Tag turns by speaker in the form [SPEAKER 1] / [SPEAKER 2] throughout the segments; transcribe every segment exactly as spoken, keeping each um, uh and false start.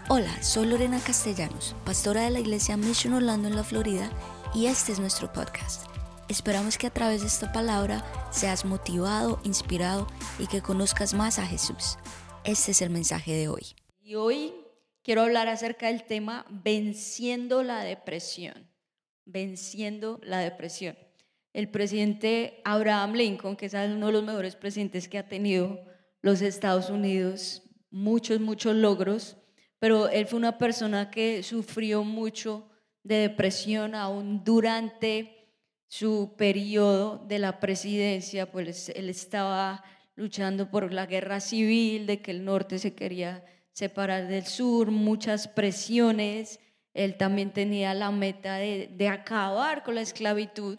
[SPEAKER 1] Hola, soy Lorena Castellanos, pastora de la iglesia Mission Orlando en la Florida, y este es nuestro podcast. Esperamos que a través de esta palabra seas motivado, inspirado y que conozcas más a Jesús. Este es el mensaje de hoy.
[SPEAKER 2] Y hoy quiero hablar acerca del tema venciendo la depresión. Venciendo la depresión. El presidente Abraham Lincoln, que es uno de los mejores presidentes que ha tenido los Estados Unidos, muchos, muchos logros, pero él fue una persona que sufrió mucho de depresión aún durante su periodo de la presidencia, pues él estaba luchando por la guerra civil, de que el norte se quería separar del sur, muchas presiones. Él también tenía la meta de, de acabar con la esclavitud,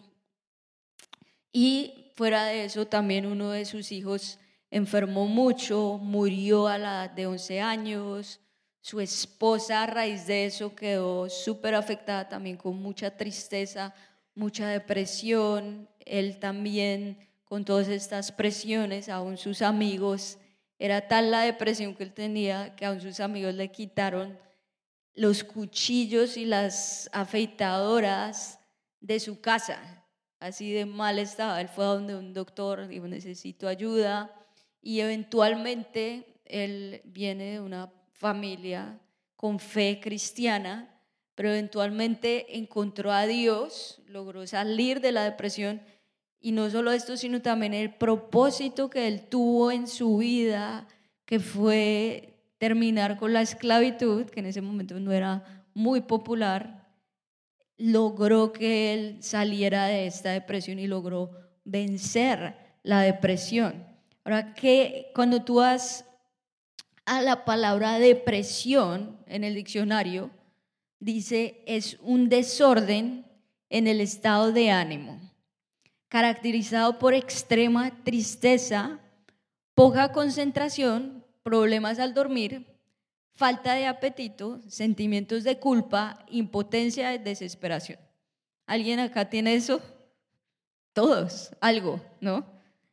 [SPEAKER 2] y fuera de eso también uno de sus hijos enfermó mucho, murió a la edad de once años. Su esposa a raíz de eso quedó súper afectada también, con mucha tristeza, mucha depresión. Él también, con todas estas presiones, aún sus amigos, era tal la depresión que él tenía que aún sus amigos le quitaron los cuchillos y las afeitadoras de su casa. Así de mal estaba. Él fue a donde un doctor, dijo: necesito ayuda, y eventualmente él viene de una familia con fe cristiana, pero eventualmente encontró a Dios, logró salir de la depresión, y no solo esto, sino también el propósito que él tuvo en su vida, que fue terminar con la esclavitud, que en ese momento no era muy popular. Logró que él saliera de esta depresión y logró vencer la depresión. Ahora, que cuando tú vas a la palabra depresión en el diccionario, dice: es un desorden en el estado de ánimo, caracterizado por extrema tristeza, poca concentración, problemas al dormir, falta de apetito, sentimientos de culpa, impotencia y desesperación. ¿Alguien acá tiene eso? Todos, algo, ¿no?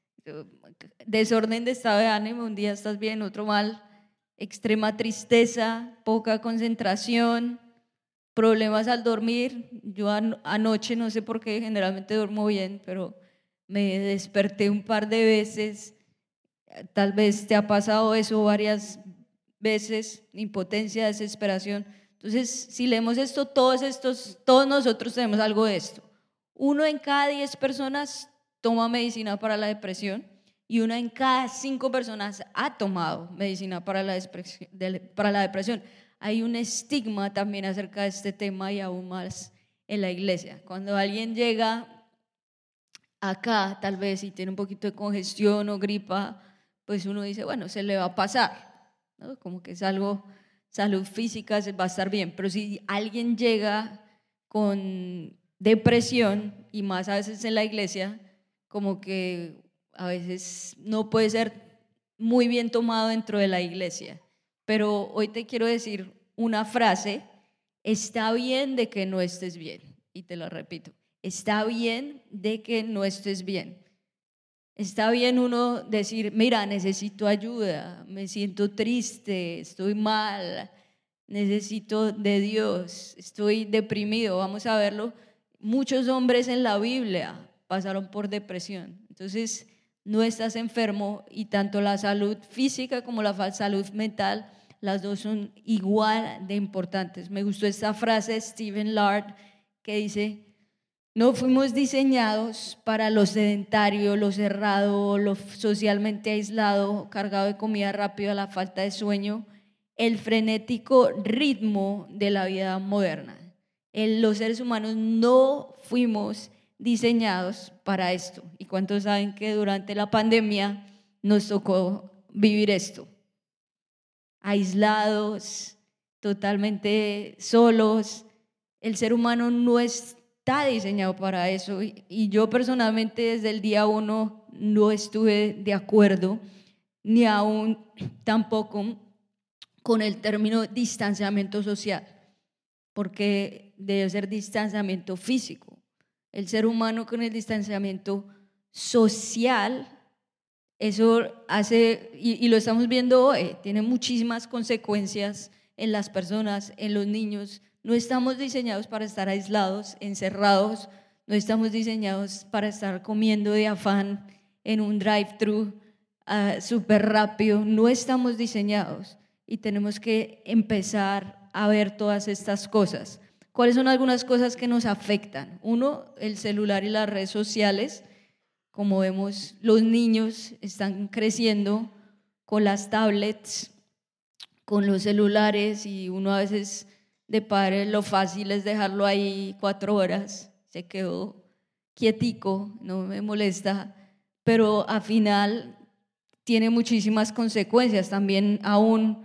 [SPEAKER 2] Desorden de estado de ánimo, un día estás bien, otro mal. Extrema tristeza, poca concentración, problemas al dormir. Yo an- anoche, no sé por qué, generalmente duermo bien, pero me desperté un par de veces. Tal vez te ha pasado eso varias veces, impotencia, desesperación. Entonces, si leemos esto, todos estos, todos nosotros tenemos algo de esto. Uno en cada diez personas toma medicina para la depresión, y una en cada cinco personas ha tomado medicina para la, para la depresión. Hay un estigma también acerca de este tema, y aún más en la iglesia. Cuando alguien llega acá, tal vez, y tiene un poquito de congestión o gripa, pues uno dice: bueno, se le va a pasar, ¿no? Como que es algo, salud física, se va a estar bien. Pero si alguien llega con depresión, y más a veces en la iglesia, como que a veces no puede ser muy bien tomado dentro de la iglesia. Pero hoy te quiero decir una frase: está bien de que no estés bien. Y te la repito: está bien de que no estés bien. Está bien uno decir: mira, necesito ayuda, me siento triste, estoy mal, necesito de Dios, estoy deprimido. Vamos a verlo. Muchos hombres en la Biblia pasaron por depresión. Entonces, no estás enfermo, y tanto la salud física como la salud mental, las dos son igual de importantes. Me gustó esta frase de Stephen Lard, que dice: no fuimos diseñados para lo sedentario, lo cerrado, lo socialmente aislado, cargado de comida rápida, la falta de sueño, el frenético ritmo de la vida moderna. El, los seres humanos no fuimos diseñados para esto. ¿Y cuántos saben que durante la pandemia nos tocó vivir esto? Aislados, totalmente solos. El ser humano no está diseñado para eso, y, y yo personalmente desde el día uno no estuve de acuerdo, ni aún tampoco con el término distanciamiento social, porque debe ser distanciamiento físico. El ser humano con el distanciamiento social, eso hace, y, y lo estamos viendo hoy, tiene muchísimas consecuencias en las personas, en los niños. No estamos diseñados para estar aislados, encerrados, no estamos diseñados para estar comiendo de afán en un drive-thru uh, súper rápido, no estamos diseñados y tenemos que empezar a ver todas estas cosas. ¿Cuáles son algunas cosas que nos afectan? Uno, el celular y las redes sociales. Como vemos, los niños están creciendo con las tablets, con los celulares, y uno a veces de padre lo fácil es dejarlo ahí cuatro horas, se quedó quietico, no me molesta, pero al final tiene muchísimas consecuencias también aún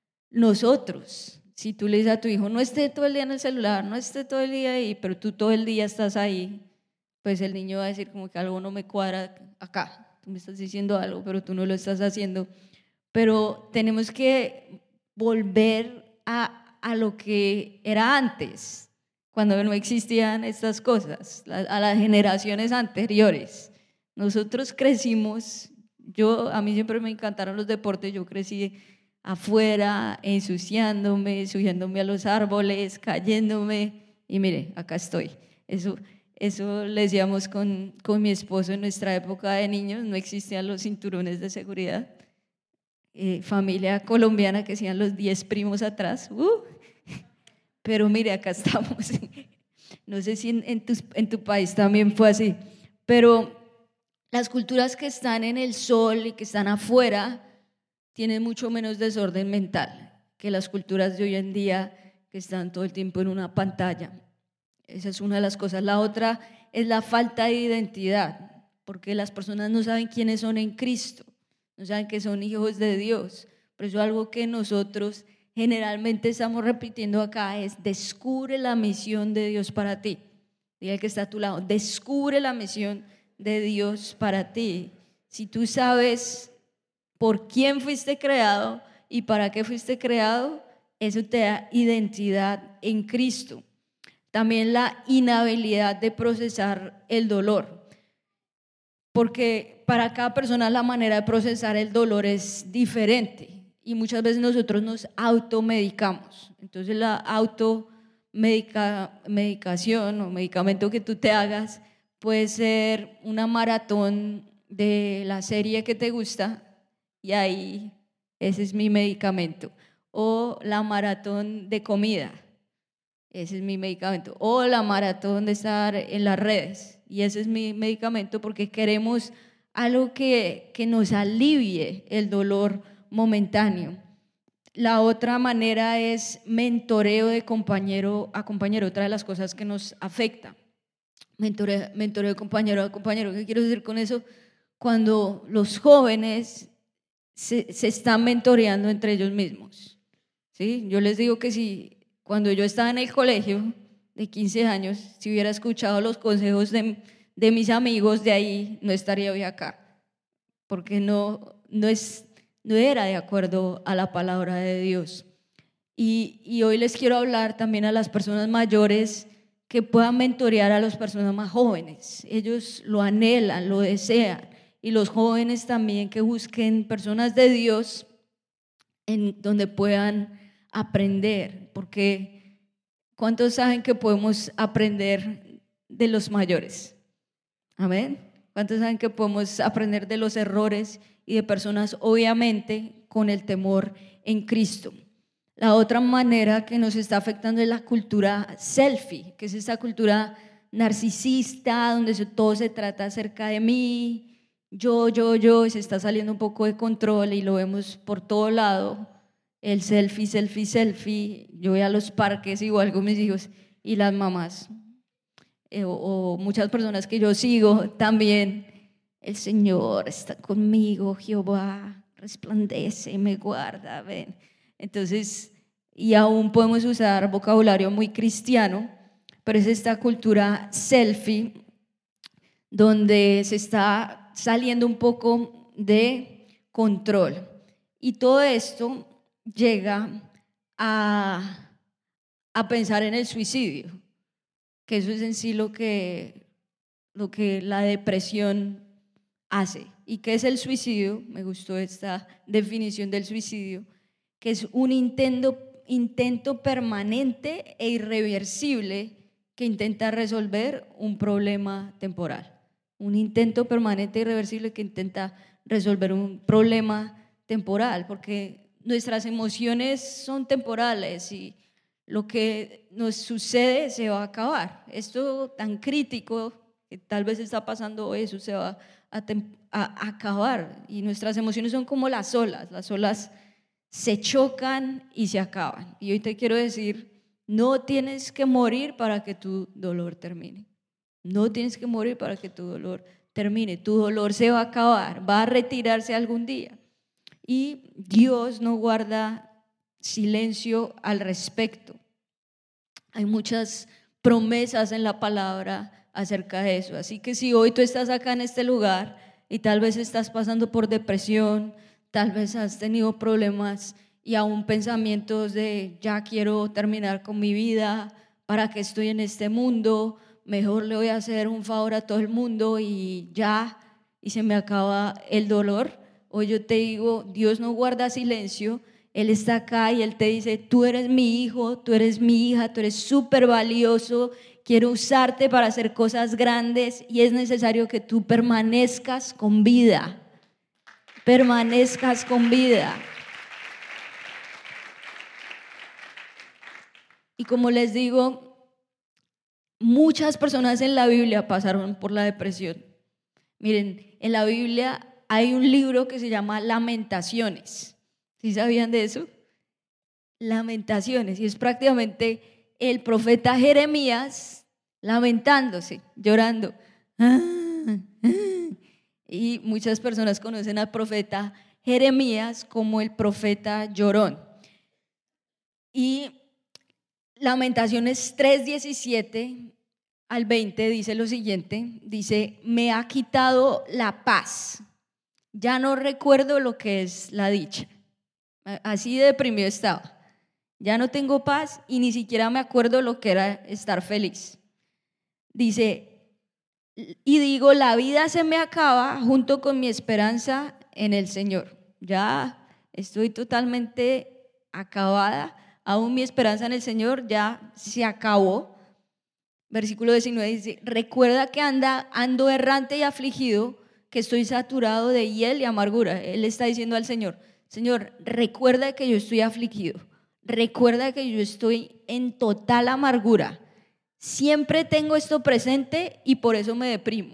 [SPEAKER 2] nosotros. Si tú le dices a tu hijo, no esté todo el día en el celular, no esté todo el día ahí, pero tú todo el día estás ahí, pues el niño va a decir como que algo no me cuadra acá, tú me estás diciendo algo, pero tú no lo estás haciendo. Pero tenemos que volver a, a lo que era antes, cuando no existían estas cosas, a las generaciones anteriores. Nosotros crecimos, yo, a mí siempre me encantaron los deportes, yo crecí afuera, ensuciándome, subiéndome a los árboles, cayéndome, y mire, acá estoy. Eso, eso le decíamos con, con mi esposo en nuestra época de niños, no existían los cinturones de seguridad. Eh, familia colombiana que sean los diez primos atrás, uh, pero mire, acá estamos. No sé si en, en, tu, en tu país también fue así, pero las culturas que están en el sol y que están afuera tienen mucho menos desorden mental que las culturas de hoy en día que están todo el tiempo en una pantalla. Esa es una de las cosas. La otra es la falta de identidad, porque las personas no saben quiénes son en Cristo, no saben que son hijos de Dios. Por eso algo que nosotros generalmente estamos repitiendo acá es: descubre la misión de Dios para ti. Diga el que está a tu lado, descubre la misión de Dios para ti. Si tú sabes por quién fuiste creado y para qué fuiste creado, eso te da identidad en Cristo. También la inhabilidad de procesar el dolor, porque para cada persona la manera de procesar el dolor es diferente y muchas veces nosotros nos automedicamos. Entonces la automedicación o medicamento que tú te hagas puede ser una maratón de la serie que te gusta, y ahí ese es mi medicamento, o la maratón de comida, ese es mi medicamento, o la maratón de estar en las redes, y ese es mi medicamento, porque queremos algo que, que nos alivie el dolor momentáneo. La otra manera es mentoreo de compañero a compañero, otra de las cosas que nos afecta. Mentoreo, mentoreo de compañero a compañero. ¿Qué quiero decir con eso? Cuando los jóvenes Se, se están mentoreando entre ellos mismos, ¿sí? Yo les digo que si cuando yo estaba en el colegio de quince años, si hubiera escuchado los consejos de, de mis amigos de ahí, no estaría hoy acá, porque no, no, es, no era de acuerdo a la palabra de Dios. Y, y hoy les quiero hablar también a las personas mayores que puedan mentorear a las personas más jóvenes. Ellos lo anhelan, lo desean. Y los jóvenes también que busquen personas de Dios en donde puedan aprender, porque ¿cuántos saben que podemos aprender de los mayores? Amén. ¿Cuántos saben que podemos aprender de los errores y de personas, obviamente, con el temor en Cristo? La otra manera que nos está afectando es la cultura selfie, que es esta cultura narcisista donde todo se trata acerca de mí, yo, yo, yo, y se está saliendo un poco de control y lo vemos por todo lado, el selfie, selfie, selfie. Yo voy a los parques igual con mis hijos y las mamás eh, o, o muchas personas que yo sigo también, el Señor está conmigo, Jehová resplandece y me guarda, ven. Entonces, y aún podemos usar vocabulario muy cristiano, pero es esta cultura selfie donde se está saliendo un poco de control. Y todo esto llega a, a pensar en el suicidio, que eso es en sí lo que, lo que la depresión hace. ¿Y qué es el suicidio? Me gustó esta definición del suicidio, que es un intento, intento permanente e irreversible que intenta resolver un problema temporal. Un intento permanente e irreversible que intenta resolver un problema temporal, porque nuestras emociones son temporales y lo que nos sucede se va a acabar. Esto tan crítico que tal vez está pasando hoy, eso se va a, a acabar. Y nuestras emociones son como las olas, las olas se chocan y se acaban. Y hoy te quiero decir, no tienes que morir para que tu dolor termine. No tienes que morir para que tu dolor termine. Tu dolor se va a acabar, va a retirarse algún día. Y Dios no guarda silencio al respecto. Hay muchas promesas en la palabra acerca de eso. Así que si hoy tú estás acá en este lugar y tal vez estás pasando por depresión, tal vez has tenido problemas y aún pensamientos de ya quiero terminar con mi vida, ¿para qué estoy en este mundo? Mejor le voy a hacer un favor a todo el mundo y ya, y se me acaba el dolor. Hoy yo te digo, Dios no guarda silencio. Él está acá y Él te dice, tú eres mi hijo, tú eres mi hija, tú eres súper valioso, quiero usarte para hacer cosas grandes y es necesario que tú permanezcas con vida, permanezcas con vida. Y como les digo, muchas personas en la Biblia pasaron por la depresión. Miren, en la Biblia hay un libro que se llama Lamentaciones. ¿Sí sabían de eso? Lamentaciones. Y es prácticamente el profeta Jeremías lamentándose, llorando. Y muchas personas conocen al profeta Jeremías como el profeta llorón. Y Lamentaciones tres, diecisiete al veinte dice lo siguiente, dice, me ha quitado la paz, ya no recuerdo lo que es la dicha. Así de deprimido estaba, ya no tengo paz y ni siquiera me acuerdo lo que era estar feliz. Dice, y digo, la vida se me acaba junto con mi esperanza en el Señor. Ya estoy totalmente acabada, aún mi esperanza en el Señor ya se acabó. Versículo diecinueve dice, recuerda que anda, ando errante y afligido, que estoy saturado de hiel y amargura. Él está diciendo al Señor, Señor, recuerda que yo estoy afligido, recuerda que yo estoy en total amargura. Siempre tengo esto presente y por eso me deprimo.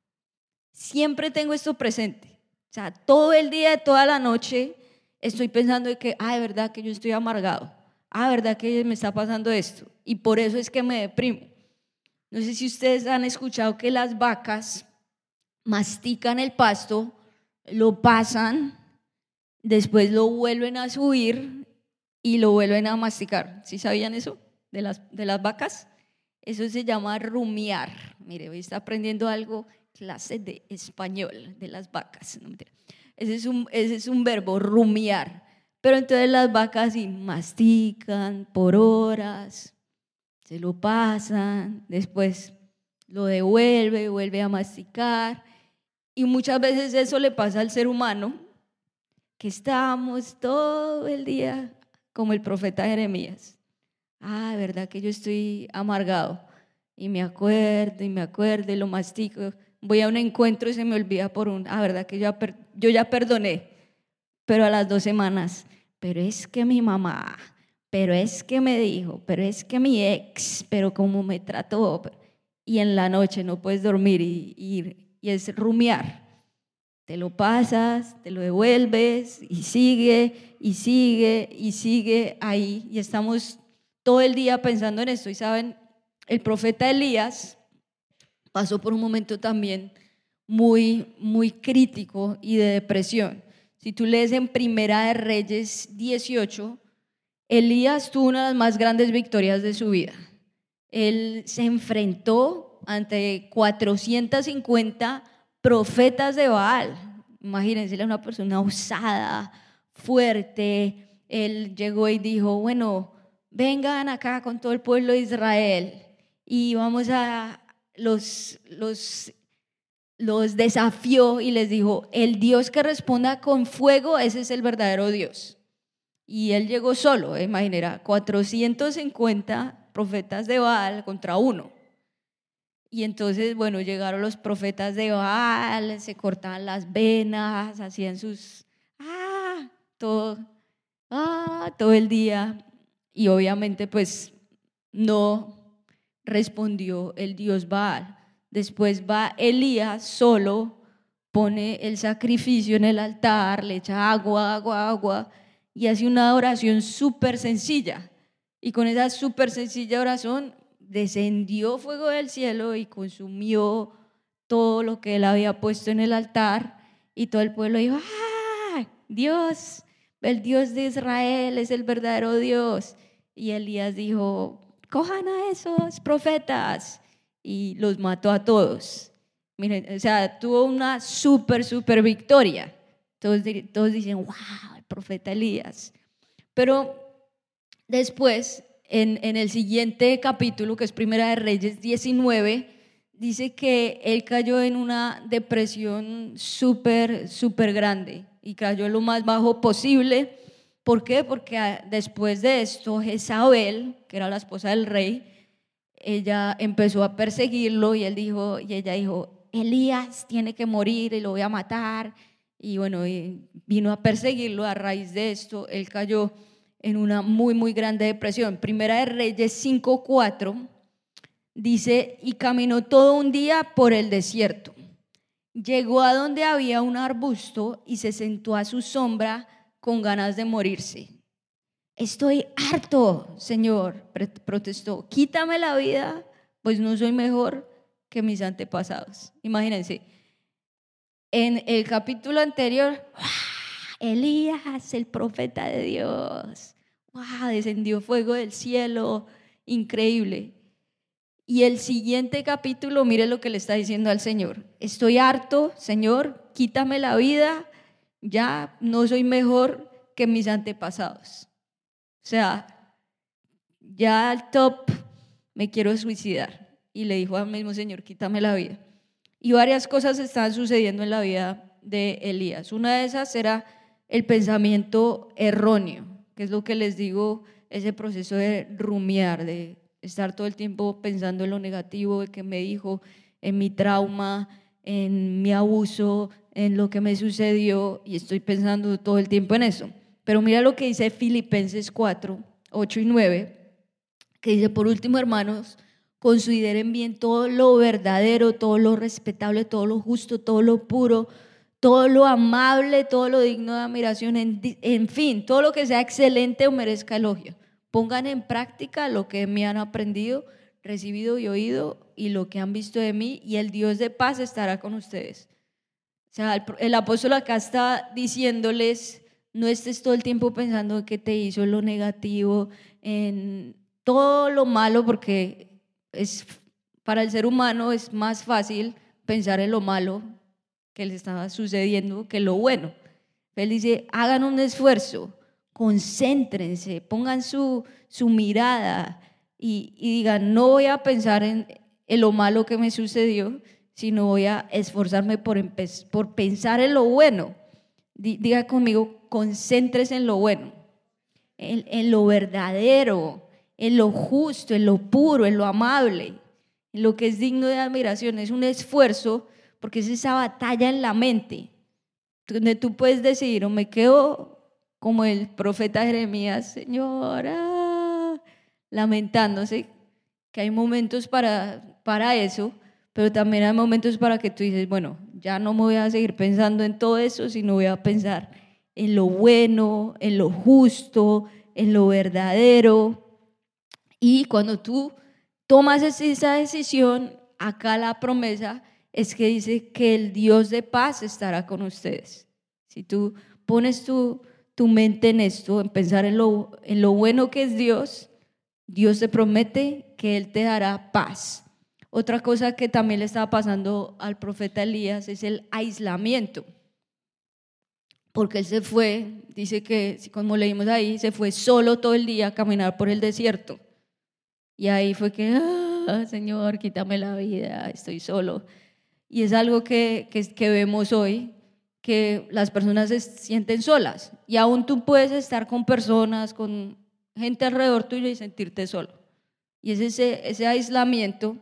[SPEAKER 2] Siempre tengo esto presente. O sea, todo el día, toda la noche estoy pensando de que, ah, de verdad que yo estoy amargado. Ah, de verdad que me está pasando esto. Y por eso es que me deprimo. No sé si ustedes han escuchado que las vacas mastican el pasto, lo pasan, después lo vuelven a subir y lo vuelven a masticar. ¿Sí sabían eso de las, de las vacas? Eso se llama rumiar. Mire, hoy está aprendiendo algo, clase de español de las vacas. No, mentira. Ese es un, ese es un verbo, rumiar. Pero entonces las vacas sí mastican por horas, se lo pasan, después lo devuelve, vuelve a masticar. Y muchas veces eso le pasa al ser humano, que estamos todo el día como el profeta Jeremías. Ah, verdad que yo estoy amargado y me acuerdo y me acuerdo y lo mastico. Voy a un encuentro y se me olvida por un, ah, verdad que yo ya, per, yo ya perdoné, pero a las dos semanas, pero es que mi mamá, pero es que me dijo, pero es que mi ex, pero cómo me trató. Y en la noche no puedes dormir y, y, y es rumiar. Te lo pasas, te lo devuelves y sigue y sigue y sigue ahí. Y estamos todo el día pensando en esto. Y saben, el profeta Elías pasó por un momento también muy, muy crítico y de depresión. Si tú lees en Primera de Reyes dieciocho, Elías tuvo una de las más grandes victorias de su vida. Él se enfrentó ante cuatrocientos cincuenta profetas de Baal. Imagínense, era una persona osada, fuerte. Él llegó y dijo, bueno, vengan acá con todo el pueblo de Israel y vamos a, los, los, los desafió y les dijo, el Dios que responda con fuego, ese es el verdadero Dios. y él llegó solo, eh, imagínate, cuatrocientos cincuenta profetas de Baal contra uno. Y entonces, bueno, llegaron los profetas de Baal, se cortaban las venas, hacían sus, ah, todo, ah, todo el día. Y obviamente, pues, no respondió el dios Baal. Después va Elías solo, pone el sacrificio en el altar, le echa agua, agua, agua, y hace una oración súper sencilla. Y con esa súper sencilla oración, descendió fuego del cielo y consumió todo lo que él había puesto en el altar, y todo el pueblo dijo, ¡ah! Dios, el Dios de Israel es el verdadero Dios. Y Elías dijo, cojan a esos profetas, y los mató a todos. Miren, o sea, tuvo una súper, súper victoria. Todos, todos dicen, wow, el profeta Elías. Pero después, En, en el siguiente capítulo, que es Primera de Reyes diecinueve, dice que él cayó en una depresión súper, súper grande y cayó lo más bajo posible. ¿Por qué? Porque después de esto, Jezabel, que era la esposa del rey, ella empezó a perseguirlo y, él dijo, y ella dijo, Elías tiene que morir y lo voy a matar. Y bueno, y vino a perseguirlo. A raíz de esto, él cayó en una muy, muy grande depresión. Primera de Reyes cinco cuatro dice, y caminó todo un día por el desierto. Llegó a donde había un arbusto y se sentó a su sombra con ganas de morirse. Estoy harto, Señor, protestó. Quítame la vida, pues no soy mejor que mis antepasados. Imagínense, en el capítulo anterior, Elías, el profeta de Dios, wow, descendió fuego del cielo, increíble. Y el siguiente capítulo, mire lo que le está diciendo al Señor. Estoy harto, Señor, quítame la vida, ya no soy mejor que mis antepasados. O sea, ya al top me quiero suicidar. Y le dijo al mismo Señor, quítame la vida. Y varias cosas estaban sucediendo en la vida de Elías. Una de esas era el pensamiento erróneo, que es lo que les digo, ese proceso de rumiar, de estar todo el tiempo pensando en lo negativo, de que me dijo, en mi trauma, en mi abuso, en lo que me sucedió, y estoy pensando todo el tiempo en eso. Pero mira lo que dice Filipenses cuatro, ocho y nueve, que dice, por último, hermanos, consideren bien todo lo verdadero, todo lo respetable, todo lo justo, todo lo puro, todo lo amable, todo lo digno de admiración, en, en fin, todo lo que sea excelente o merezca elogio. Pongan en práctica lo que me han aprendido, recibido y oído, y lo que han visto de mí, y el Dios de paz estará con ustedes. O sea, el, el apóstol acá está diciéndoles, no estés todo el tiempo pensando en qué te hizo, lo negativo, en todo lo malo, porque es, para el ser humano es más fácil pensar en lo malo que les estaba sucediendo que lo bueno. Él dice, hagan un esfuerzo, concéntrense, pongan su, su mirada y, y digan, no voy a pensar en, en lo malo que me sucedió, sino voy a esforzarme por, empe- por pensar en lo bueno. Diga conmigo, concéntrese en lo bueno, en, en lo verdadero, en lo justo, en lo puro, en lo amable, en lo que es digno de admiración. Es un esfuerzo porque es esa batalla en la mente donde tú puedes decidir, o me quedo como el profeta Jeremías, Señora, lamentándose, que hay momentos para, para eso, pero también hay momentos para que tú dices, bueno, ya no me voy a seguir pensando en todo eso, sino voy a pensar en lo bueno, en lo justo, en lo verdadero. Y cuando tú tomas esa decisión, acá la promesa es que dice que el Dios de paz estará con ustedes. Si tú pones tu, tu mente en esto, en pensar en lo, en lo bueno que es Dios, Dios te promete que Él te dará paz. Otra cosa que también le estaba pasando al profeta Elías es el aislamiento, porque él se fue, dice que, como leímos ahí, se fue solo todo el día a caminar por el desierto. Y ahí fue que, ah, Señor, quítame la vida, estoy solo. Y es algo que, que, que vemos hoy, que las personas se sienten solas, y aún tú puedes estar con personas, con gente alrededor tuyo y sentirte solo. Y es ese, ese aislamiento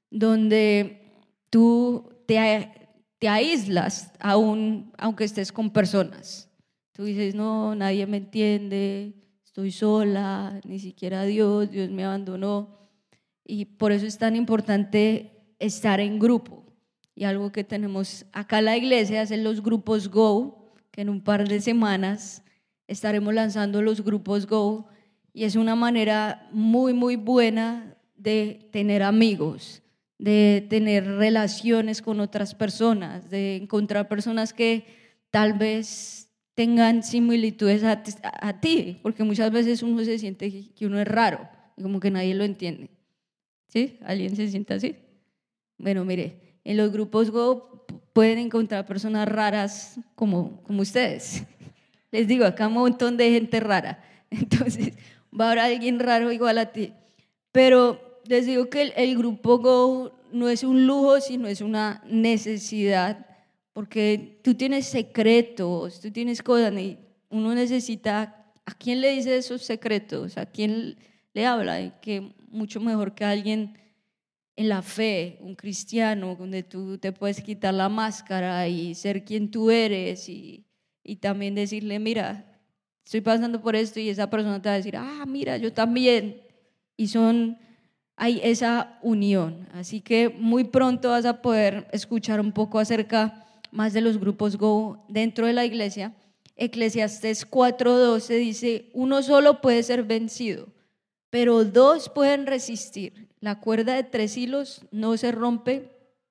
[SPEAKER 2] donde tú te, te aíslas aún, aunque estés con personas. Tú dices, no, nadie me entiende, estoy sola, ni siquiera Dios, Dios me abandonó. Y por eso es tan importante estar en grupo. Y algo que tenemos acá en la iglesia es en los grupos Go, que en un par de semanas estaremos lanzando los grupos Go, y es una manera muy, muy buena de tener amigos, de tener relaciones con otras personas, de encontrar personas que tal vez tengan similitudes a, a ti, porque muchas veces uno se siente que uno es raro y como que nadie lo entiende. ¿Sí? ¿Alguien se siente así? Bueno, mire, en los grupos Go pueden encontrar personas raras como, como ustedes. Les digo, acá un montón de gente rara. Entonces, va a haber alguien raro igual a ti. Pero les digo que el, el grupo Go no es un lujo, sino es una necesidad, porque tú tienes secretos, tú tienes cosas, y uno necesita, ¿a quién le dice esos secretos? ¿A quién le habla? Y que mucho mejor que alguien en la fe, un cristiano, donde tú te puedes quitar la máscara y ser quien tú eres, y, y también decirle, mira, estoy pasando por esto, y esa persona te va a decir, ah, mira, yo también. Y son, hay esa unión. Así que muy pronto vas a poder escuchar un poco acerca más de los grupos Go dentro de la iglesia. Eclesiastés cuatro doce dice, uno solo puede ser vencido, pero dos pueden resistir. La cuerda de tres hilos no se rompe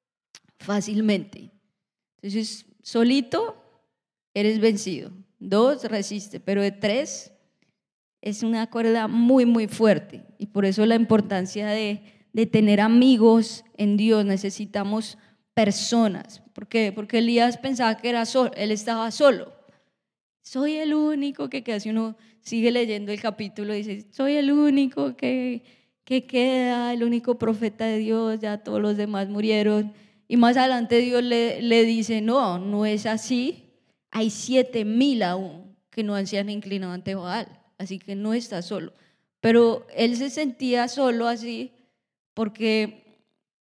[SPEAKER 2] fácilmente. Entonces, solito eres vencido. Dos, resiste, pero de tres es una cuerda muy, muy fuerte. Y por eso la importancia de, de tener amigos en Dios. Necesitamos personas. ¿Por qué? Porque Elías pensaba que era solo, él estaba solo. Soy el único que queda. Si uno sigue leyendo el capítulo, dice, soy el único que, que queda, el único profeta de Dios, ya todos los demás murieron. Y más adelante Dios le, le dice, no, no es así. Hay siete mil aún que no se han inclinado ante Baal, así que no está solo. Pero él se sentía solo así porque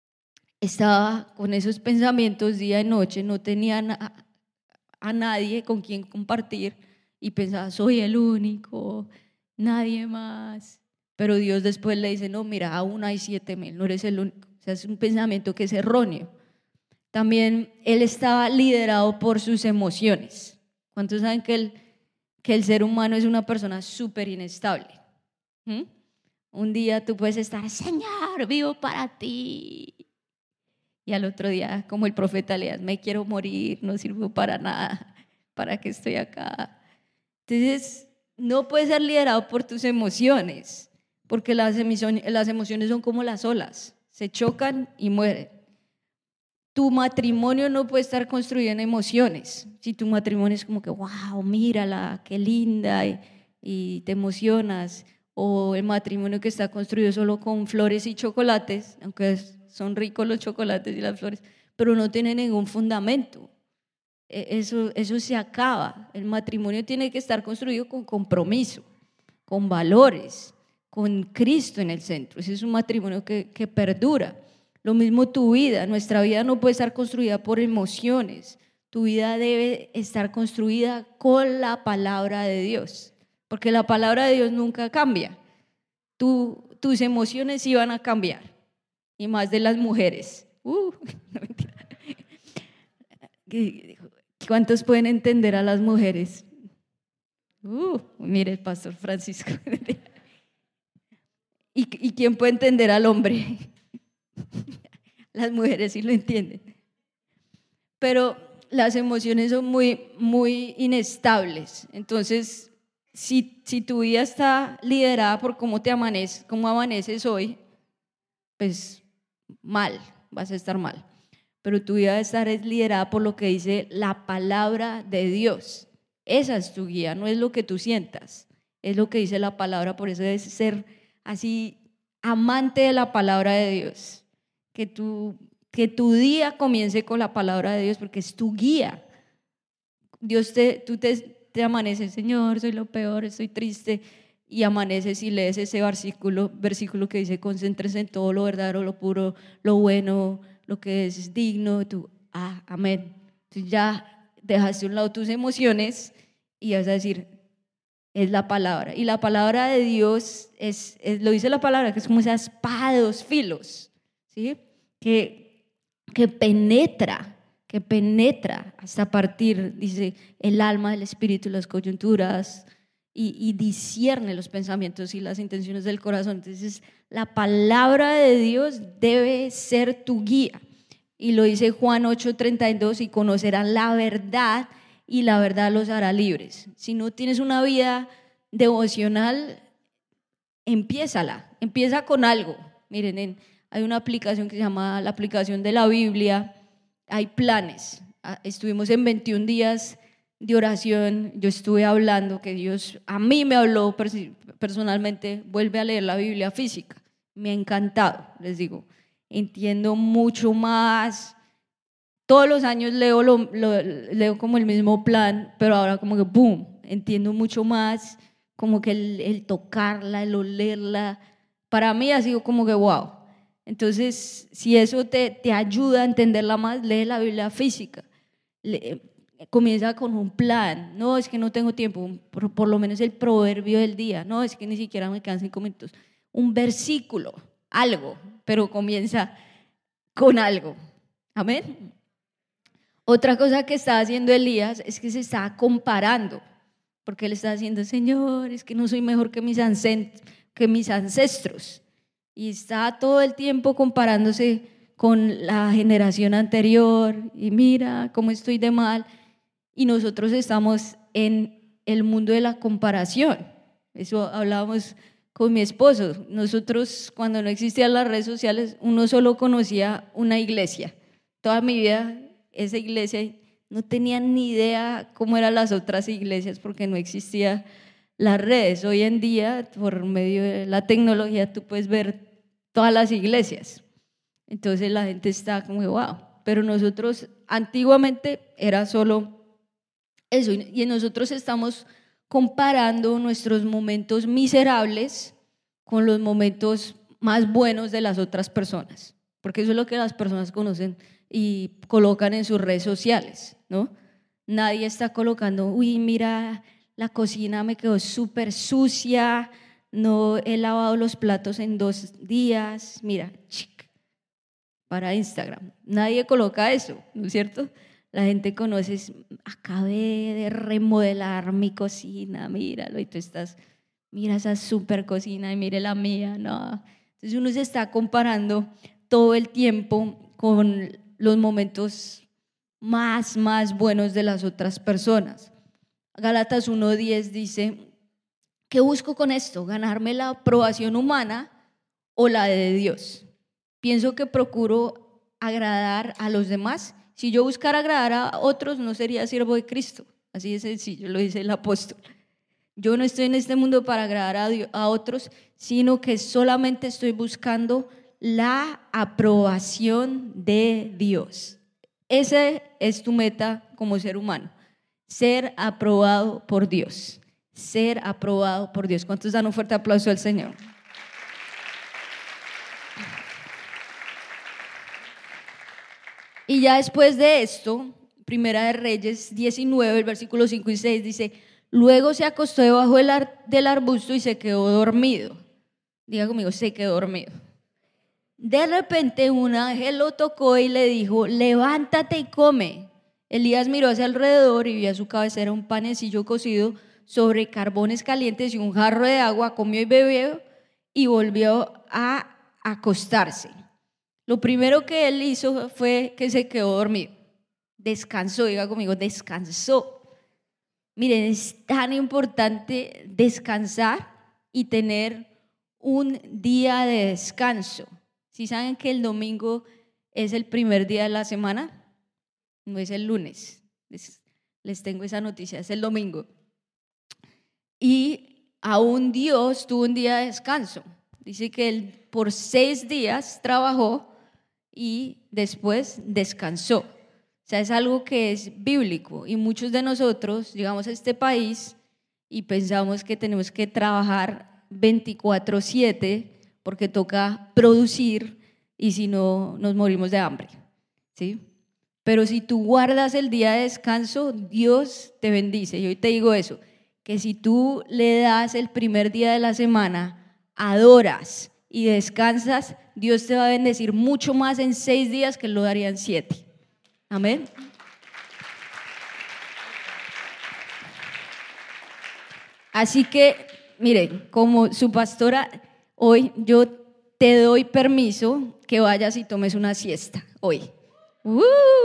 [SPEAKER 2] estaba con esos pensamientos día y noche, no tenía a, a nadie con quien compartir, y pensaba, soy el único, nadie más. Pero Dios después le dice, no, mira, aún hay siete mil, no eres el único. O sea, es un pensamiento que es erróneo. También él estaba liderado por sus emociones. ¿Cuántos saben que el, que el ser humano es una persona súper inestable? ¿Mm? Un día tú puedes estar, Señor, vivo para ti. Y al otro día, como el profeta Elías, me quiero morir, no sirvo para nada, ¿para qué estoy acá? Entonces, no puedes ser liderado por tus emociones, porque las emociones, las emociones son como las olas, se chocan y mueren. Tu matrimonio no puede estar construido en emociones. Si tu matrimonio es como que, wow, mírala, qué linda, y, y te emocionas, o el matrimonio que está construido solo con flores y chocolates, aunque son ricos los chocolates y las flores, pero no tiene ningún fundamento. Eso, eso se acaba. El matrimonio tiene que estar construido con compromiso, con valores, con Cristo en el centro. Ese es un matrimonio que, que perdura. Lo mismo tu vida. Nuestra vida no puede estar construida por emociones. Tu vida debe estar construida con la palabra de Dios, porque la palabra de Dios nunca cambia. Tu, tus emociones sí van a cambiar, y más de las mujeres. Uh, no, mentira. ¿Cuántos pueden entender a las mujeres? Uh, mire el pastor Francisco. ¿Y, ¿Y quién puede entender al hombre? Las mujeres sí lo entienden. Pero las emociones son muy, muy inestables. Entonces, si, si tu vida está liderada por cómo te amaneces, cómo amaneces hoy, pues mal, vas a estar mal. Pero tu vida debe estar liderada por lo que dice la palabra de Dios. Esa es tu guía, no es lo que tú sientas, es lo que dice la palabra. Por eso debes ser así amante de la palabra de Dios. Que tu, que tu día comience con la palabra de Dios, porque es tu guía. Dios te, tú te, te amaneces, Señor, soy lo peor, estoy triste, y amaneces y lees ese versículo, versículo que dice, concéntrese en todo lo verdadero, lo puro, lo bueno, lo que es digno, tú, ah, amén. Entonces ya dejaste a un lado tus emociones y vas a decir, es la palabra. Y la palabra de Dios, es, es lo dice la palabra, que es como esa espada de dos filos, ¿sí? Que, que penetra, que penetra hasta partir, dice, el alma, el espíritu, las coyunturas, y, y discierne los pensamientos y las intenciones del corazón. Entonces, la palabra de Dios debe ser tu guía. Y lo dice Juan ocho treinta y dos, y conocerán la verdad, y la verdad los hará libres. Si no tienes una vida devocional, empiézala, empieza con algo. Miren, en, hay una aplicación que se llama la aplicación de la Biblia, hay planes. Estuvimos en veintiún días de oración, yo estuve hablando que Dios a mí me habló personalmente, vuelve a leer la Biblia física, me ha encantado, les digo, entiendo mucho más, todos los años leo, lo, lo, leo como el mismo plan, pero ahora como que boom, entiendo mucho más, como que el, el tocarla, el olerla, para mí ha sido como que wow. Entonces, si eso te, te ayuda a entenderla más, lee la Biblia física. Le, comienza con un plan. No, es que no tengo tiempo, por, por lo menos el proverbio del día. No, es que ni siquiera me quedan cinco minutos. Un versículo, algo, pero comienza con algo. Amén. Otra cosa que estaba haciendo Elías es que se estaba comparando, porque él estaba diciendo, Señor, es que no soy mejor que mis, que mis ancestros. Y está todo el tiempo comparándose con la generación anterior y mira cómo estoy de mal. Y nosotros estamos en el mundo de la comparación. Eso hablábamos con mi esposo. Nosotros, cuando no existían las redes sociales, uno solo conocía una iglesia. Toda mi vida esa iglesia, no tenía ni idea cómo eran las otras iglesias porque no existían las redes. Hoy en día, por medio de la tecnología, tú puedes ver todas las iglesias. Entonces la gente está como, wow. Pero nosotros, antiguamente, era solo eso. Y nosotros estamos comparando nuestros momentos miserables con los momentos más buenos de las otras personas. Porque eso es lo que las personas conocen y colocan en sus redes sociales, ¿no? Nadie está colocando, uy, mira, la cocina me quedó súper sucia, no he lavado los platos en dos días, mira, chic, para Instagram. Nadie coloca eso, ¿no es cierto? La gente conoce, acabé de remodelar mi cocina, míralo, y tú estás, mira esa súper cocina y mire la mía, no. Entonces uno se está comparando todo el tiempo con los momentos más, más buenos de las otras personas. Gálatas uno diez dice, ¿qué busco con esto? ¿Ganarme la aprobación humana o la de Dios? Pienso que procuro agradar a los demás. Si yo buscara agradar a otros, no sería siervo de Cristo. Así de sencillo, lo dice el apóstol. Yo no estoy en este mundo para agradar a, Dios, a otros, sino que solamente estoy buscando la aprobación de Dios. Esa es tu meta como ser humano, ser aprobado por Dios, ser aprobado por Dios. ¿Cuántos dan un fuerte aplauso al Señor? Y ya después de esto, Primera de Reyes diecinueve, el versículo cinco y seis dice, luego se acostó debajo del, ar- del arbusto y se quedó dormido. Diga conmigo, se quedó dormido. De repente un ángel lo tocó y le dijo, levántate y come. Elías miró hacia alrededor y vio a su cabecera un panecillo cocido sobre carbones calientes y un jarro de agua, comió y bebió y volvió a acostarse. Lo primero que él hizo fue que se quedó dormido, descansó, diga conmigo, descansó. Miren, es tan importante descansar y tener un día de descanso. ¿Sí saben que el domingo es el primer día de la semana? No es el lunes. Les, les tengo esa noticia, es el domingo. Y aún Dios tuvo un día de descanso. Dice que Él por seis días trabajó y después descansó. O sea, es algo que es bíblico y muchos de nosotros llegamos a este país y pensamos que tenemos que trabajar veinticuatro siete porque toca producir y si no nos morimos de hambre, ¿sí? Pero si tú guardas el día de descanso, Dios te bendice. Y hoy te digo eso, que si tú le das el primer día de la semana, adoras y descansas, Dios te va a bendecir mucho más en seis días que lo daría en siete. Amén. Así que, miren, como su pastora, hoy yo te doy permiso que vayas y tomes una siesta hoy. Uh,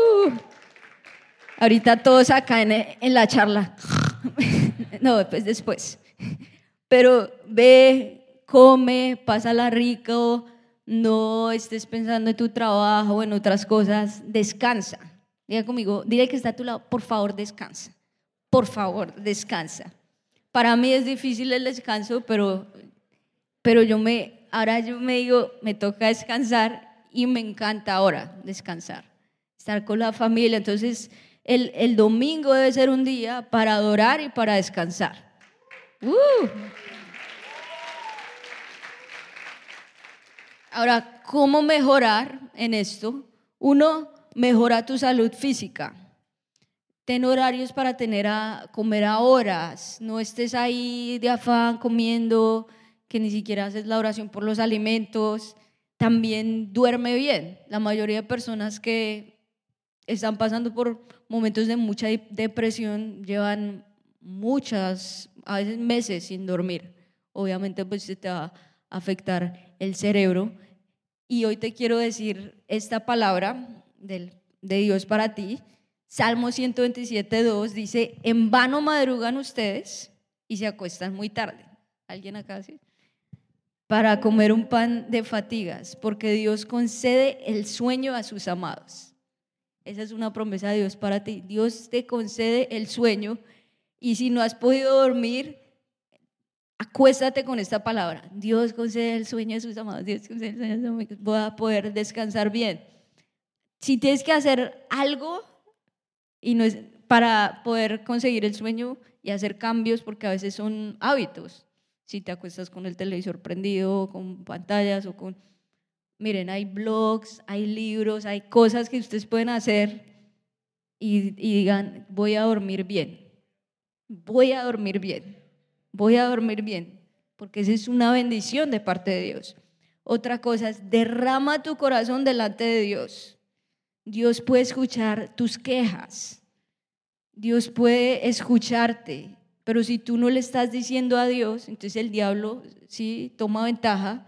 [SPEAKER 2] ahorita todos acá en, en la charla. No, pues después. Pero ve, come, pásala rico, no estés pensando en tu trabajo o en otras cosas, descansa. Diga conmigo, dile que está a tu lado, por favor descansa, por favor descansa. Para mí es difícil el descanso, pero, pero yo me, ahora yo me digo, me toca descansar y me encanta ahora descansar, estar con la familia. Entonces el, el domingo debe ser un día para adorar y para descansar. Uh. Ahora, ¿cómo mejorar en esto? Uno, mejora tu salud física. Ten horarios para tener a comer a horas, no estés ahí de afán comiendo, que ni siquiera haces la oración por los alimentos. También duerme bien. La mayoría de personas que están pasando por momentos de mucha depresión llevan muchas, a veces meses sin dormir. Obviamente pues se te va a afectar el cerebro. Y hoy te quiero decir esta palabra del, de Dios para ti. Salmo ciento veintisiete, dos dice: en vano madrugan ustedes y se acuestan muy tarde. ¿Alguien acá sí? Para comer un pan de fatigas, porque Dios concede el sueño a sus amados. Esa es una promesa de Dios para ti. Dios te concede el sueño y si no has podido dormir, acuéstate con esta palabra. Dios concede el sueño a sus amados. Dios concede el sueño a sus amados. Voy a poder descansar bien. Si tienes que hacer algo y no es para poder conseguir el sueño y hacer cambios, porque a veces son hábitos. Si te acuestas con el televisor prendido, con pantallas o con... Miren, hay blogs, hay libros, hay cosas que ustedes pueden hacer y, y digan, voy a dormir bien, voy a dormir bien, voy a dormir bien, porque esa es una bendición de parte de Dios. Otra cosa es, derrama tu corazón delante de Dios. Dios puede escuchar tus quejas, Dios puede escucharte, pero si tú no le estás diciendo a Dios, entonces el diablo sí toma ventaja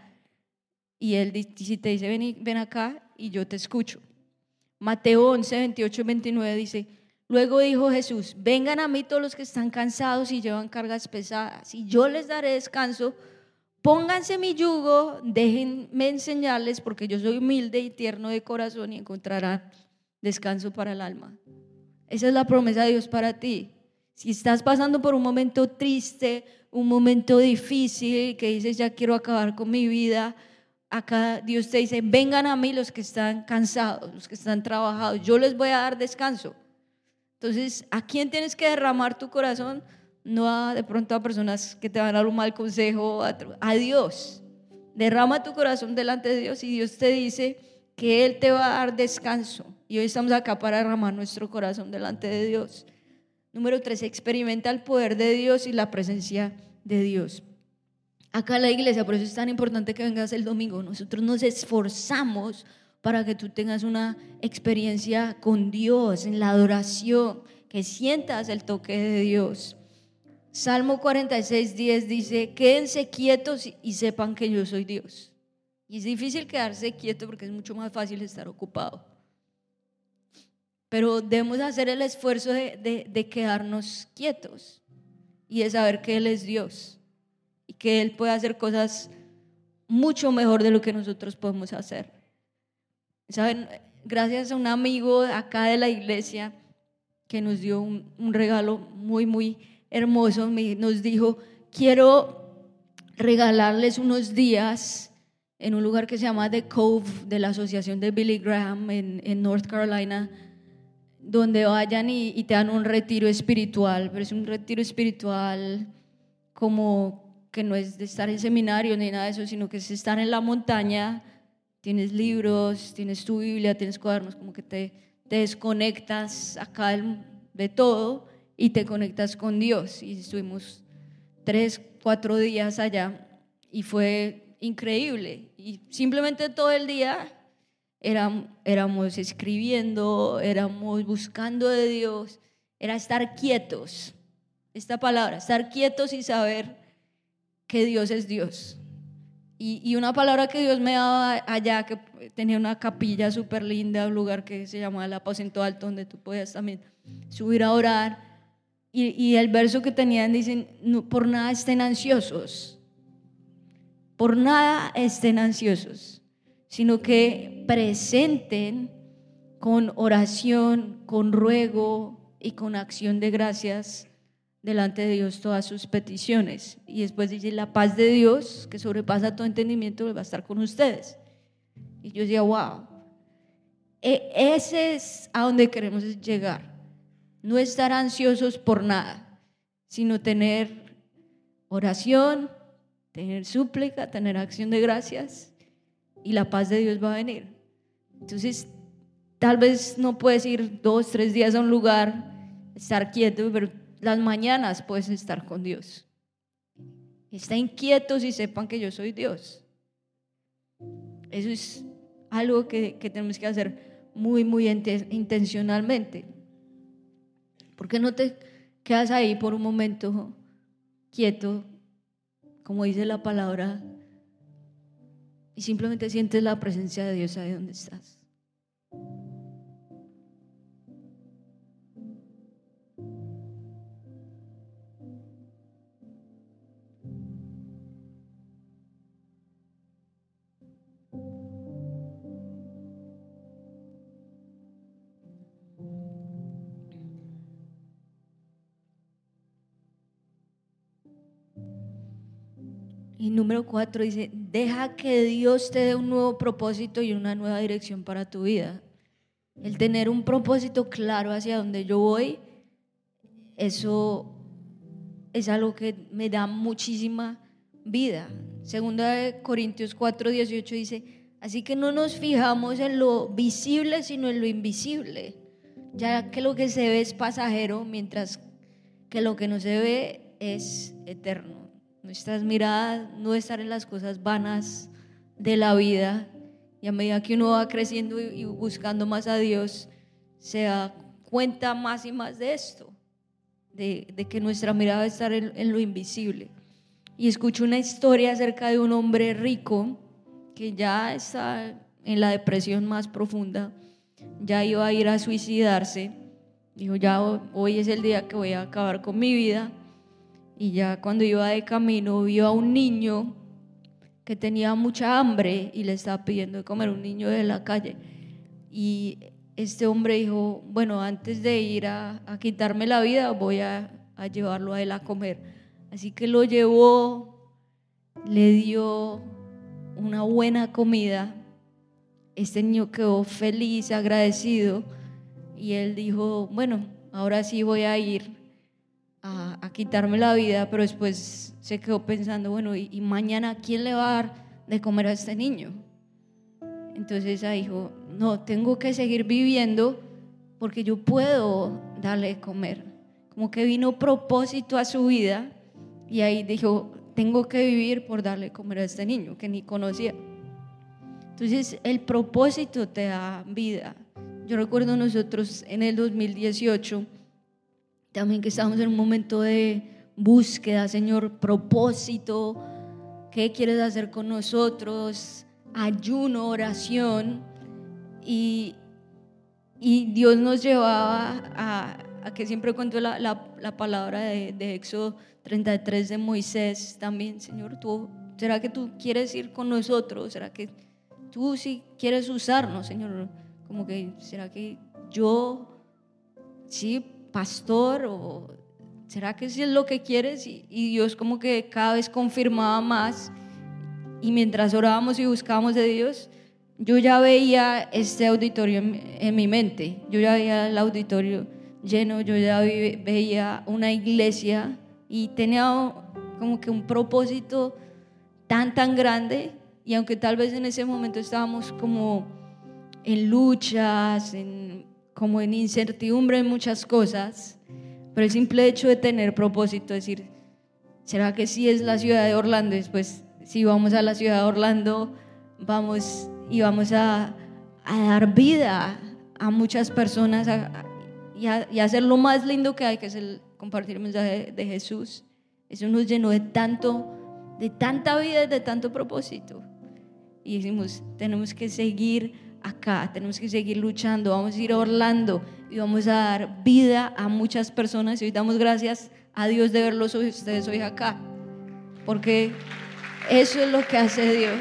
[SPEAKER 2] y él si te dice ven, ven acá y yo te escucho. Mateo once, veintiocho y veintinueve dice: luego dijo Jesús, vengan a mí todos los que están cansados y llevan cargas pesadas y yo les daré descanso. Pónganse mi yugo, déjenme enseñarles, porque yo soy humilde y tierno de corazón y encontrarán descanso para el alma. Esa es la promesa de Dios para ti. Si estás pasando por un momento triste, un momento difícil, que dices ya quiero acabar con mi vida, acá Dios te dice, vengan a mí los que están cansados, los que están trabajados, yo les voy a dar descanso. Entonces, ¿a quién tienes que derramar tu corazón? No a, de pronto a personas que te van a dar un mal consejo, a, a Dios. Derrama tu corazón delante de Dios y Dios te dice que Él te va a dar descanso. Y hoy estamos acá para derramar nuestro corazón delante de Dios. Número tres, experimenta el poder de Dios y la presencia de Dios. Acá en la iglesia, por eso es tan importante que vengas el domingo. Nosotros nos esforzamos para que tú tengas una experiencia con Dios en la adoración, que sientas el toque de Dios. Salmo cuarenta y seis, diez dice: quédense quietos y sepan que yo soy Dios. Y es difícil quedarse quieto porque es mucho más fácil estar ocupado, pero debemos hacer el esfuerzo de, de, de quedarnos quietos y de saber que Él es Dios y que Él puede hacer cosas mucho mejor de lo que nosotros podemos hacer. ¿Saben? Gracias a un amigo acá de la iglesia que nos dio un, un regalo muy muy hermoso, nos dijo: quiero regalarles unos días en un lugar que se llama The Cove, de la asociación de Billy Graham en, en North Carolina. donde vayan y, y te dan un retiro espiritual, pero es un retiro espiritual como que no es de estar en seminario ni nada de eso, sino que es estar en la montaña, tienes libros, tienes tu Biblia, tienes cuadernos, como que te, te desconectas acá del, de todo y te conectas con Dios. Y estuvimos tres, cuatro días allá y fue increíble. Y simplemente todo el día éramos, éramos escribiendo, éramos buscando de Dios, era estar quietos. Esta palabra, estar quietos y saber que Dios es Dios. Y, y una palabra que Dios me daba allá, que tenía una capilla súper linda, un lugar que se llamaba el aposento alto, donde tú podías también subir a orar. Y, y el verso que tenían dicen, no, por nada estén ansiosos, por nada estén ansiosos, sino que presenten con oración, con ruego y con acción de gracias delante de Dios todas sus peticiones. Y después dice, la paz de Dios, que sobrepasa todo entendimiento, va a estar con ustedes. Y yo decía, wow, e- ese es a donde queremos llegar. No estar ansiosos por nada, sino tener oración, tener súplica, tener acción de gracias, y la paz de Dios va a venir. Entonces, tal vez no puedes ir dos, tres días a un lugar, estar quieto, pero las mañanas puedes estar con Dios. Estén quietos y sepan que yo soy Dios. Eso es algo que, que tenemos que hacer muy, muy intencionalmente. ¿Por qué no te quedas ahí por un momento quieto, como dice la palabra, y simplemente sientes la presencia de Dios ahí donde estás? Y número cuatro dice, deja que Dios te dé un nuevo propósito y una nueva dirección para tu vida. El tener un propósito claro hacia donde yo voy, eso es algo que me da muchísima vida. Segunda de Corintios cuatro dieciocho dice, así que no nos fijamos en lo visible, sino en lo invisible, ya que lo que se ve es pasajero, mientras que lo que no se ve es eterno. Nuestras miradas no están en las cosas vanas de la vida, y a medida que uno va creciendo y buscando más a Dios, se da cuenta más y más de esto, de, de que nuestra mirada debe estar en, en lo invisible. Y escucho una historia acerca de un hombre rico que ya está en la depresión más profunda, ya iba a ir a suicidarse. Dijo, ya hoy es el día que voy a acabar con mi vida. Y ya cuando iba de camino vio a un niño que tenía mucha hambre y le estaba pidiendo de comer, un niño de la calle. Y este hombre dijo, bueno, antes de ir a, a quitarme la vida, voy a, a llevarlo a él a comer. Así que lo llevó, le dio una buena comida. Este niño quedó feliz, agradecido, y él dijo, bueno, ahora sí voy a ir A, a quitarme la vida. Pero después se quedó pensando, bueno, y, y mañana ¿quién le va a dar de comer a este niño? Entonces ahí dijo, no, tengo que seguir viviendo porque yo puedo darle de comer. Como que vino propósito a su vida, y ahí dijo, tengo que vivir por darle de comer a este niño que ni conocía. Entonces el propósito te da vida. Yo recuerdo nosotros en el dos mil dieciocho también que estábamos en un momento de búsqueda, Señor, propósito, ¿qué quieres hacer con nosotros? Ayuno, oración, y, y Dios nos llevaba a, a que siempre cuento la, la, la palabra de, de Éxodo treinta y tres de Moisés también. Señor, ¿tú, ¿será que tú quieres ir con nosotros? ¿Será que tú sí quieres usarnos, Señor? Como que, ¿será que yo sí, pastor, o será que sí es lo que quieres? Y, y Dios como que cada vez confirmaba más, y mientras orábamos y buscábamos de Dios, yo ya veía este auditorio en, en mi mente, yo ya veía el auditorio lleno, yo ya vi, veía una iglesia y tenía como que un propósito tan tan grande, y aunque tal vez en ese momento estábamos como en luchas, en, como en incertidumbre en muchas cosas, pero el simple hecho de tener propósito, decir, ¿será que sí es la ciudad de Orlando? Después, si vamos a la ciudad de Orlando, vamos y vamos a, a dar vida a muchas personas a, a, y, a, y a hacer lo más lindo que hay, que es el compartir el mensaje de Jesús. Eso nos llenó de tanto, de tanta vida y de tanto propósito. Y decimos, tenemos que seguir acá, tenemos que seguir luchando, vamos a ir a Orlando y vamos a dar vida a muchas personas. Y hoy damos gracias a Dios de verlos hoy, ustedes hoy acá, porque eso es lo que hace Dios.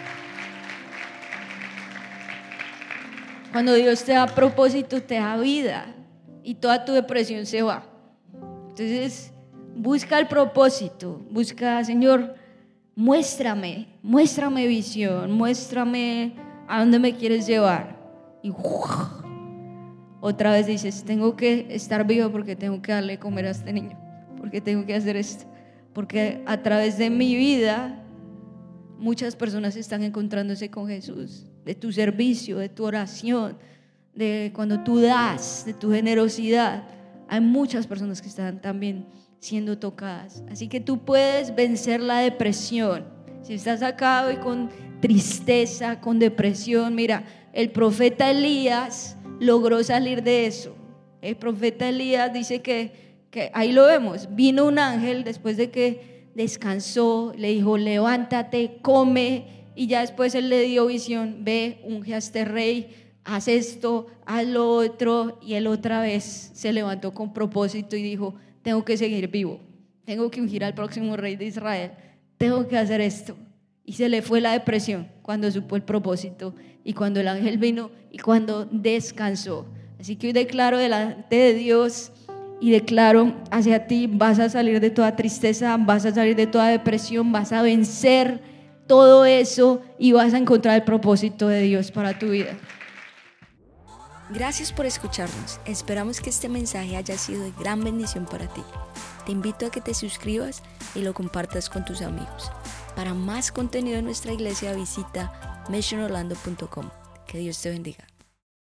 [SPEAKER 2] Cuando Dios te da propósito, te da vida y toda tu depresión se va. Entonces busca el propósito, busca, Señor, muéstrame, muéstrame visión, muéstrame a dónde me quieres llevar. Y ¡uf! Otra vez dices, tengo que estar vivo porque tengo que darle de comer a este niño, porque tengo que hacer esto, porque a través de mi vida muchas personas están encontrándose con Jesús, de tu servicio, de tu oración, de cuando tú das, de tu generosidad. Hay muchas personas que están también siendo tocadas. Así que tú puedes vencer la depresión. Si estás acá hoy con tristeza, con depresión, mira, el profeta Elías logró salir de eso. El profeta Elías dice que, que ahí lo vemos, vino un ángel después de que descansó, le dijo, levántate, come, y ya después él le dio visión, ve, unge a este rey, haz esto, haz lo otro, y él otra vez se levantó con propósito y dijo, tengo que seguir vivo, tengo que ungir al próximo rey de Israel, tengo que hacer esto. Y se le fue la depresión cuando supo el propósito y cuando el ángel vino y cuando descansó. Así que hoy declaro delante de Dios y declaro hacia ti, vas a salir de toda tristeza, vas a salir de toda depresión, vas a vencer todo eso y vas a encontrar el propósito de Dios para tu vida.
[SPEAKER 1] Gracias por escucharnos. Esperamos que este mensaje haya sido de gran bendición para ti. Te invito a que te suscribas y lo compartas con tus amigos. Para más contenido en nuestra iglesia, visita mission orlando punto com. Que Dios te bendiga.